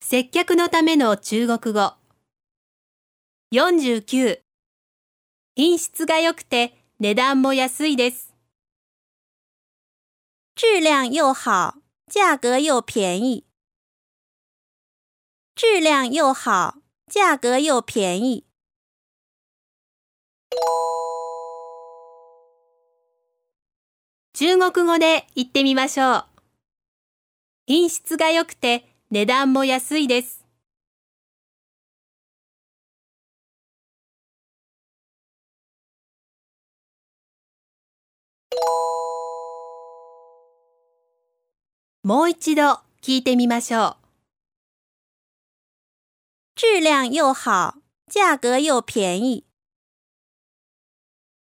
接客のための中国語。49、品質が良くて値段も安いです。 质量又好，价格又便宜。质量又好，价格又便宜。 中国語で言ってみましょう。品質が良くて値段も安いです。もう一度聞いてみましょう。 质量又好，价格又便宜。